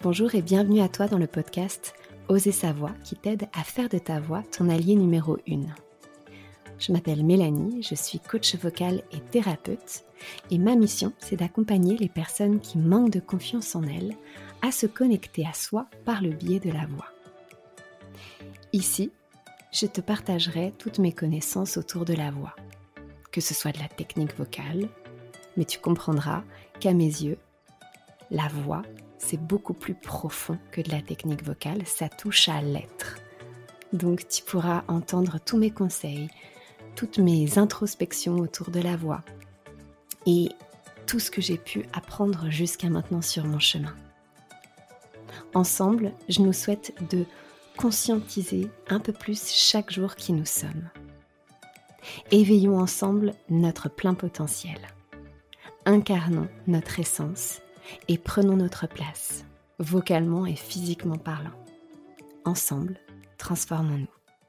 Bonjour et bienvenue à toi dans le podcast Oser sa voix qui t'aide à faire de ta voix ton allié numéro 1. Je m'appelle Mélanie, je suis coach vocale et thérapeute et ma mission c'est d'accompagner les personnes qui manquent de confiance en elles à se connecter à soi par le biais de la voix. Ici, je te partagerai toutes mes connaissances autour de la voix, que ce soit de la technique vocale, mais tu comprendras qu'à mes yeux, la voix, c'est beaucoup plus profond que de la technique vocale, ça touche à l'être. Donc tu pourras entendre tous mes conseils, toutes mes introspections autour de la voix et tout ce que j'ai pu apprendre jusqu'à maintenant sur mon chemin. Ensemble, je nous souhaite de conscientiser un peu plus chaque jour qui nous sommes. Éveillons ensemble notre plein potentiel. Incarnons notre essence et prenons notre place, vocalement et physiquement parlant. Ensemble, transformons-nous.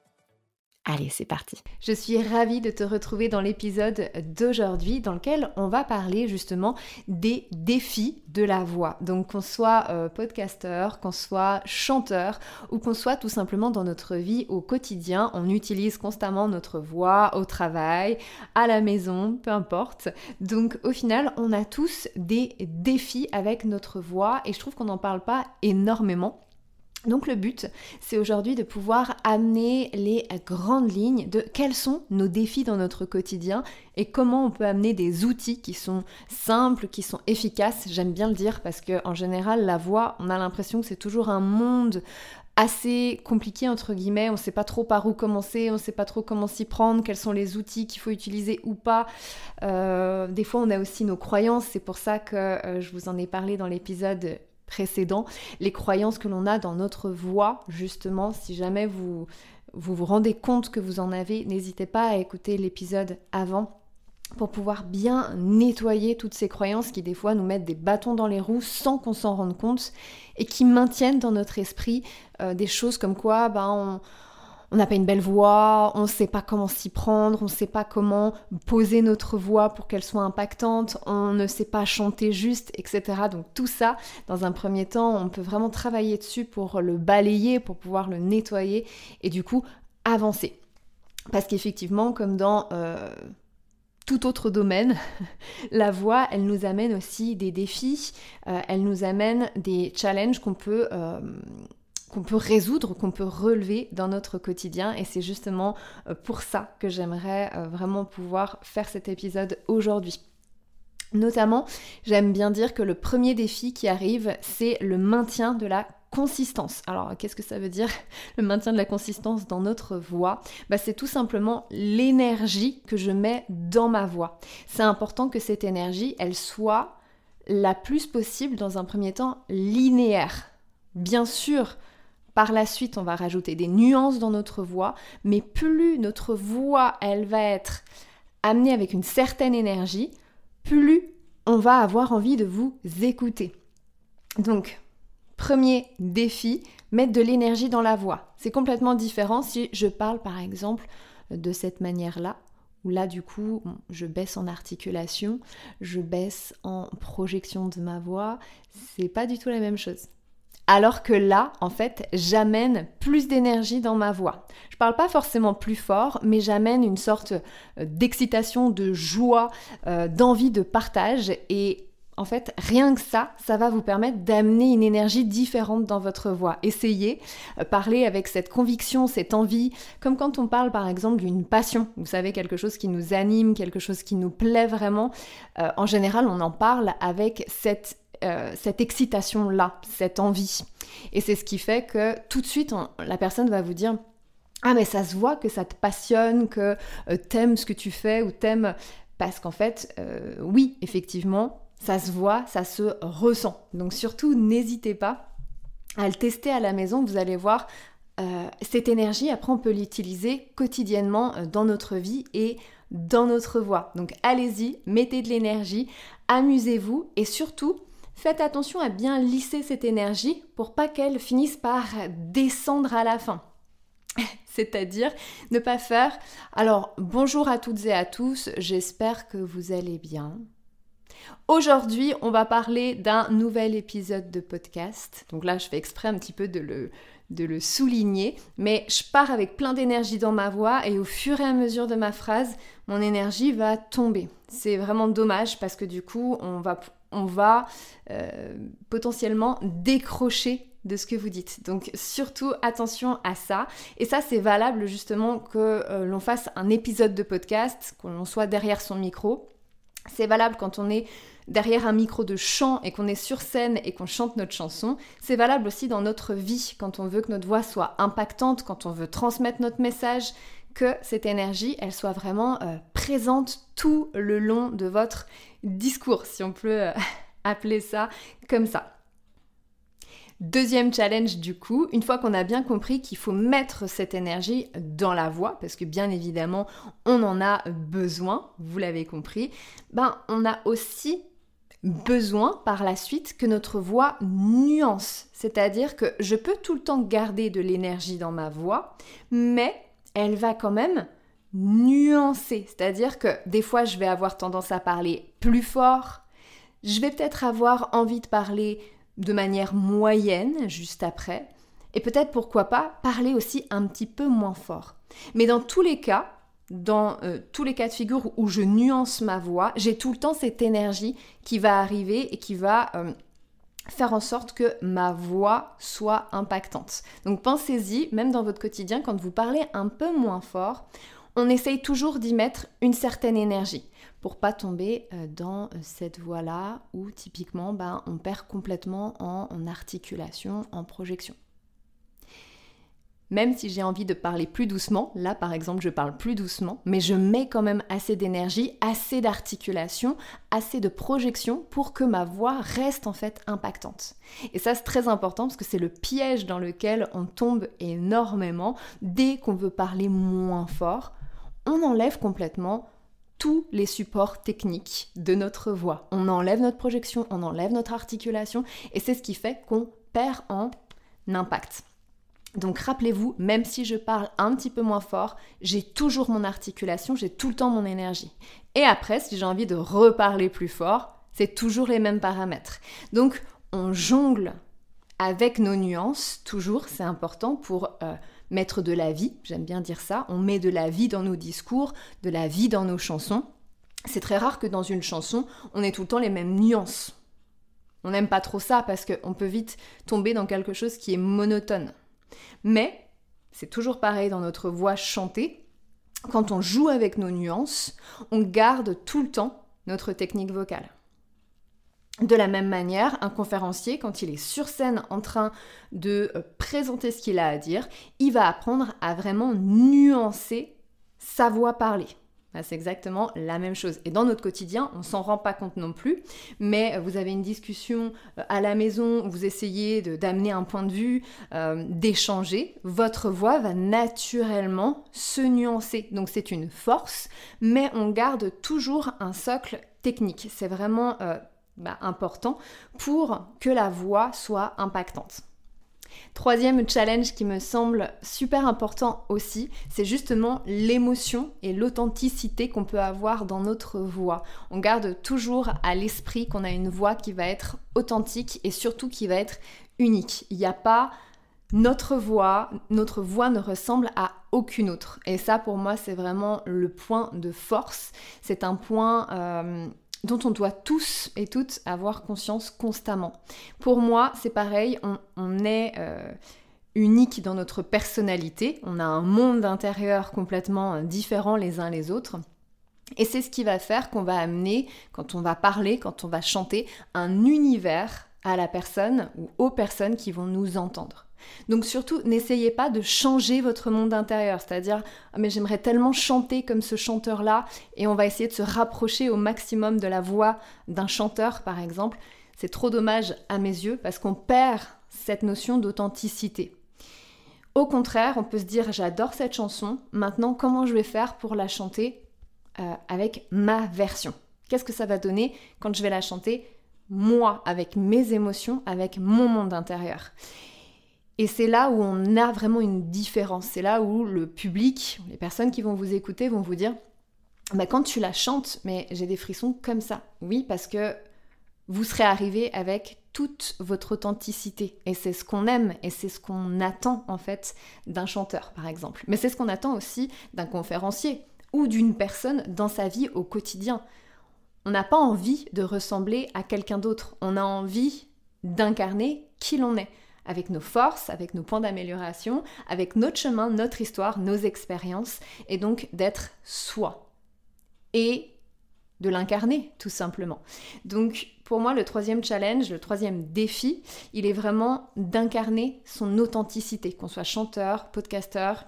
Allez, c'est parti. Je suis ravie de te retrouver dans l'épisode d'aujourd'hui dans lequel on va parler justement des défis de la voix. Donc qu'on soit podcasteur, qu'on soit chanteur ou qu'on soit tout simplement dans notre vie au quotidien, on utilise constamment notre voix au travail, à la maison, peu importe. Donc au final, on a tous des défis avec notre voix et je trouve qu'on n'en parle pas énormément. Donc le but, c'est aujourd'hui de pouvoir amener les grandes lignes de quels sont nos défis dans notre quotidien et comment on peut amener des outils qui sont simples, qui sont efficaces. J'aime bien le dire parce qu'en général, la voix, on a l'impression que c'est toujours un monde assez compliqué entre guillemets, on ne sait pas trop par où commencer, on ne sait pas trop comment s'y prendre, quels sont les outils qu'il faut utiliser ou pas. Des fois, on a aussi nos croyances, c'est pour ça que je vous en ai parlé dans l'épisode précédent, les croyances que l'on a dans notre voix, justement, si jamais vous rendez compte que vous en avez, n'hésitez pas à écouter l'épisode avant pour pouvoir bien nettoyer toutes ces croyances qui des fois nous mettent des bâtons dans les roues sans qu'on s'en rende compte et qui maintiennent dans notre esprit des choses comme quoi on n'a pas une belle voix, on ne sait pas comment s'y prendre, on ne sait pas comment poser notre voix pour qu'elle soit impactante, on ne sait pas chanter juste, etc. Donc tout ça, dans un premier temps, on peut vraiment travailler dessus pour le balayer, pour pouvoir le nettoyer et du coup avancer. Parce qu'effectivement, comme dans tout autre domaine, la voix, elle nous amène aussi des défis, elle nous amène des challenges qu'on peut résoudre, qu'on peut relever dans notre quotidien et c'est justement pour ça que j'aimerais vraiment pouvoir faire cet épisode aujourd'hui. Notamment, j'aime bien dire que le premier défi qui arrive, c'est le maintien de la consistance. Alors, qu'est-ce que ça veut dire, le maintien de la consistance dans notre voix ? C'est tout simplement l'énergie que je mets dans ma voix. C'est important que cette énergie, elle soit la plus possible, dans un premier temps, linéaire. Bien sûr, par la suite, on va rajouter des nuances dans notre voix, mais plus notre voix, elle va être amenée avec une certaine énergie, plus on va avoir envie de vous écouter. Donc, premier défi, mettre de l'énergie dans la voix. C'est complètement différent si je parle par exemple de cette manière-là, où là du coup, je baisse en articulation, je baisse en projection de ma voix, c'est pas du tout la même chose. Alors que là, en fait, j'amène plus d'énergie dans ma voix. Je parle pas forcément plus fort, mais j'amène une sorte d'excitation, de joie, d'envie de partage. Et en fait, rien que ça va vous permettre d'amener une énergie différente dans votre voix. Essayez, parlez avec cette conviction, cette envie, comme quand on parle par exemple d'une passion. Vous savez, quelque chose qui nous anime, quelque chose qui nous plaît vraiment. En général, on en parle avec cette excitation-là, cette envie. Et c'est ce qui fait que tout de suite, la personne va vous dire « Ah mais ça se voit que ça te passionne, que t'aimes ce que tu fais ou t'aimes... » Parce qu'en fait, oui, effectivement, ça se voit, ça se ressent. Donc surtout, n'hésitez pas à le tester à la maison, vous allez voir, cette énergie, après on peut l'utiliser quotidiennement dans notre vie et dans notre voix. Donc allez-y, mettez de l'énergie, amusez-vous et surtout, faites attention à bien lisser cette énergie pour pas qu'elle finisse par descendre à la fin. C'est-à-dire ne pas faire « Alors, bonjour à toutes et à tous, j'espère que vous allez bien. Aujourd'hui, on va parler d'un nouvel épisode de podcast. Donc là, je fais exprès un petit peu de le souligner, mais je pars avec plein d'énergie dans ma voix et au fur et à mesure de ma phrase, mon énergie va tomber. C'est vraiment dommage parce que du coup, on va potentiellement décrocher de ce que vous dites. Donc surtout attention à ça. Et ça, c'est valable justement que l'on fasse un épisode de podcast, qu'on soit derrière son micro. C'est valable quand on est derrière un micro de chant et qu'on est sur scène et qu'on chante notre chanson. C'est valable aussi dans notre vie, quand on veut que notre voix soit impactante, quand on veut transmettre notre message, que cette énergie, elle soit vraiment présente tout le long de votre discours, si on peut appeler ça comme ça. Deuxième challenge du coup, une fois qu'on a bien compris qu'il faut mettre cette énergie dans la voix, parce que bien évidemment on en a besoin, vous l'avez compris, on a aussi besoin par la suite que notre voix nuance. C'est-à-dire que je peux tout le temps garder de l'énergie dans ma voix, mais elle va quand même nuancer. C'est-à-dire que des fois je vais avoir tendance à parler plus fort, je vais peut-être avoir envie de parler de manière moyenne juste après, et peut-être pourquoi pas parler aussi un petit peu moins fort. Mais dans tous les cas de figure où je nuance ma voix, j'ai tout le temps cette énergie qui va arriver et qui va faire en sorte que ma voix soit impactante. Donc pensez-y, même dans votre quotidien, quand vous parlez un peu moins fort, on essaye toujours d'y mettre une certaine énergie pour pas tomber dans cette voie-là où typiquement on perd complètement en articulation, en projection. Même si j'ai envie de parler plus doucement, là par exemple je parle plus doucement, mais je mets quand même assez d'énergie, assez d'articulation, assez de projection pour que ma voix reste en fait impactante. Et ça c'est très important parce que c'est le piège dans lequel on tombe énormément dès qu'on veut parler moins fort. On enlève complètement tous les supports techniques de notre voix. On enlève notre projection, on enlève notre articulation et c'est ce qui fait qu'on perd en impact. Donc rappelez-vous, même si je parle un petit peu moins fort, j'ai toujours mon articulation, j'ai tout le temps mon énergie. Et après, si j'ai envie de reparler plus fort, c'est toujours les mêmes paramètres. Donc on jongle avec nos nuances, toujours, c'est important pour mettre de la vie, j'aime bien dire ça, on met de la vie dans nos discours, de la vie dans nos chansons. C'est très rare que dans une chanson, on ait tout le temps les mêmes nuances. On n'aime pas trop ça parce qu'on peut vite tomber dans quelque chose qui est monotone. Mais c'est toujours pareil dans notre voix chantée. Quand on joue avec nos nuances, on garde tout le temps notre technique vocale. De la même manière, un conférencier, quand il est sur scène en train de présenter ce qu'il a à dire, il va apprendre à vraiment nuancer sa voix parlée. C'est exactement la même chose. Et dans notre quotidien, on ne s'en rend pas compte non plus, mais vous avez une discussion à la maison, vous essayez d'amener un point de vue, d'échanger, votre voix va naturellement se nuancer. Donc c'est une force, mais on garde toujours un socle technique. C'est vraiment important pour que la voix soit impactante. Troisième challenge qui me semble super important aussi, c'est justement l'émotion et l'authenticité qu'on peut avoir dans notre voix. On garde toujours à l'esprit qu'on a une voix qui va être authentique et surtout qui va être unique. Il n'y a pas notre voix ne ressemble à aucune autre. Et ça pour moi c'est vraiment le point de force. C'est un point dont on doit tous et toutes avoir conscience constamment. Pour moi, c'est pareil, on est unique dans notre personnalité, on a un monde intérieur complètement différent les uns les autres, et c'est ce qui va faire qu'on va amener, quand on va parler, quand on va chanter, un univers à la personne ou aux personnes qui vont nous entendre. Donc surtout, n'essayez pas de changer votre monde intérieur, c'est-à-dire « mais j'aimerais tellement chanter comme ce chanteur-là » et on va essayer de se rapprocher au maximum de la voix d'un chanteur, par exemple. C'est trop dommage à mes yeux parce qu'on perd cette notion d'authenticité. Au contraire, on peut se dire « j'adore cette chanson, maintenant comment je vais faire pour la chanter avec ma version ?» Qu'est-ce que ça va donner quand je vais la chanter moi, avec mes émotions, avec mon monde intérieur ? Et c'est là où on a vraiment une différence. C'est là où le public, les personnes qui vont vous écouter vont vous dire quand tu la chantes, mais j'ai des frissons comme ça. Oui, parce que vous serez arrivé avec toute votre authenticité. Et c'est ce qu'on aime et c'est ce qu'on attend en fait d'un chanteur par exemple. Mais c'est ce qu'on attend aussi d'un conférencier ou d'une personne dans sa vie au quotidien. On n'a pas envie de ressembler à quelqu'un d'autre. On a envie d'incarner qui l'on est, avec nos forces, avec nos points d'amélioration, avec notre chemin, notre histoire, nos expériences, et donc d'être soi. Et de l'incarner, tout simplement. Donc, pour moi, le troisième challenge, le troisième défi, il est vraiment d'incarner son authenticité, qu'on soit chanteur, podcasteur,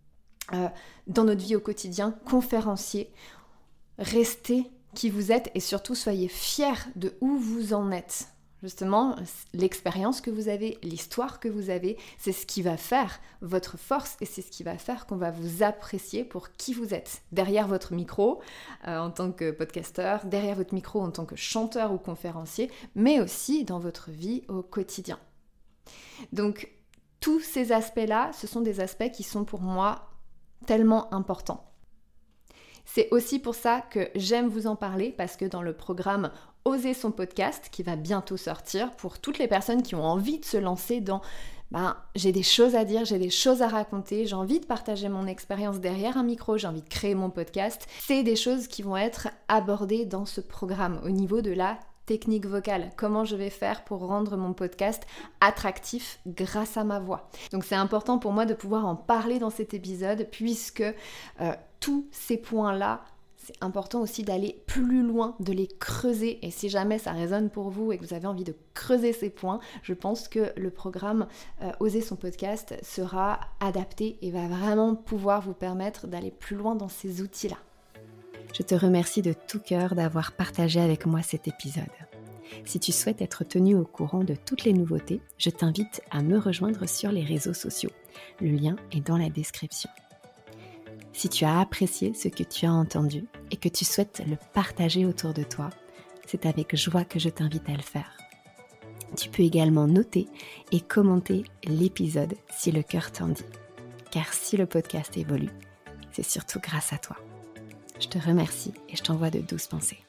dans notre vie au quotidien, conférencier. Restez qui vous êtes et surtout soyez fiers de où vous en êtes. Justement, l'expérience que vous avez, l'histoire que vous avez, c'est ce qui va faire votre force et c'est ce qui va faire qu'on va vous apprécier pour qui vous êtes. Derrière votre micro, en tant que podcasteur, derrière votre micro en tant que chanteur ou conférencier, mais aussi dans votre vie au quotidien. Donc, tous ces aspects-là, ce sont des aspects qui sont pour moi tellement importants. C'est aussi pour ça que j'aime vous en parler, parce que dans le programme Oser son podcast, qui va bientôt sortir, pour toutes les personnes qui ont envie de se lancer dans j'ai des choses à dire, j'ai des choses à raconter, j'ai envie de partager mon expérience derrière un micro, j'ai envie de créer mon podcast, c'est des choses qui vont être abordées dans ce programme au niveau de la technique vocale, comment je vais faire pour rendre mon podcast attractif grâce à ma voix. Donc c'est important pour moi de pouvoir en parler dans cet épisode, puisque tous ces points-là, c'est important aussi d'aller plus loin, de les creuser. Et si jamais ça résonne pour vous et que vous avez envie de creuser ces points, je pense que le programme Oser son podcast sera adapté et va vraiment pouvoir vous permettre d'aller plus loin dans ces outils-là. Je te remercie de tout cœur d'avoir partagé avec moi cet épisode. Si tu souhaites être tenu au courant de toutes les nouveautés, je t'invite à me rejoindre sur les réseaux sociaux. Le lien est dans la description. Si tu as apprécié ce que tu as entendu et que tu souhaites le partager autour de toi, c'est avec joie que je t'invite à le faire. Tu peux également noter et commenter l'épisode si le cœur t'en dit. Car si le podcast évolue, c'est surtout grâce à toi. Je te remercie et je t'envoie de douces pensées.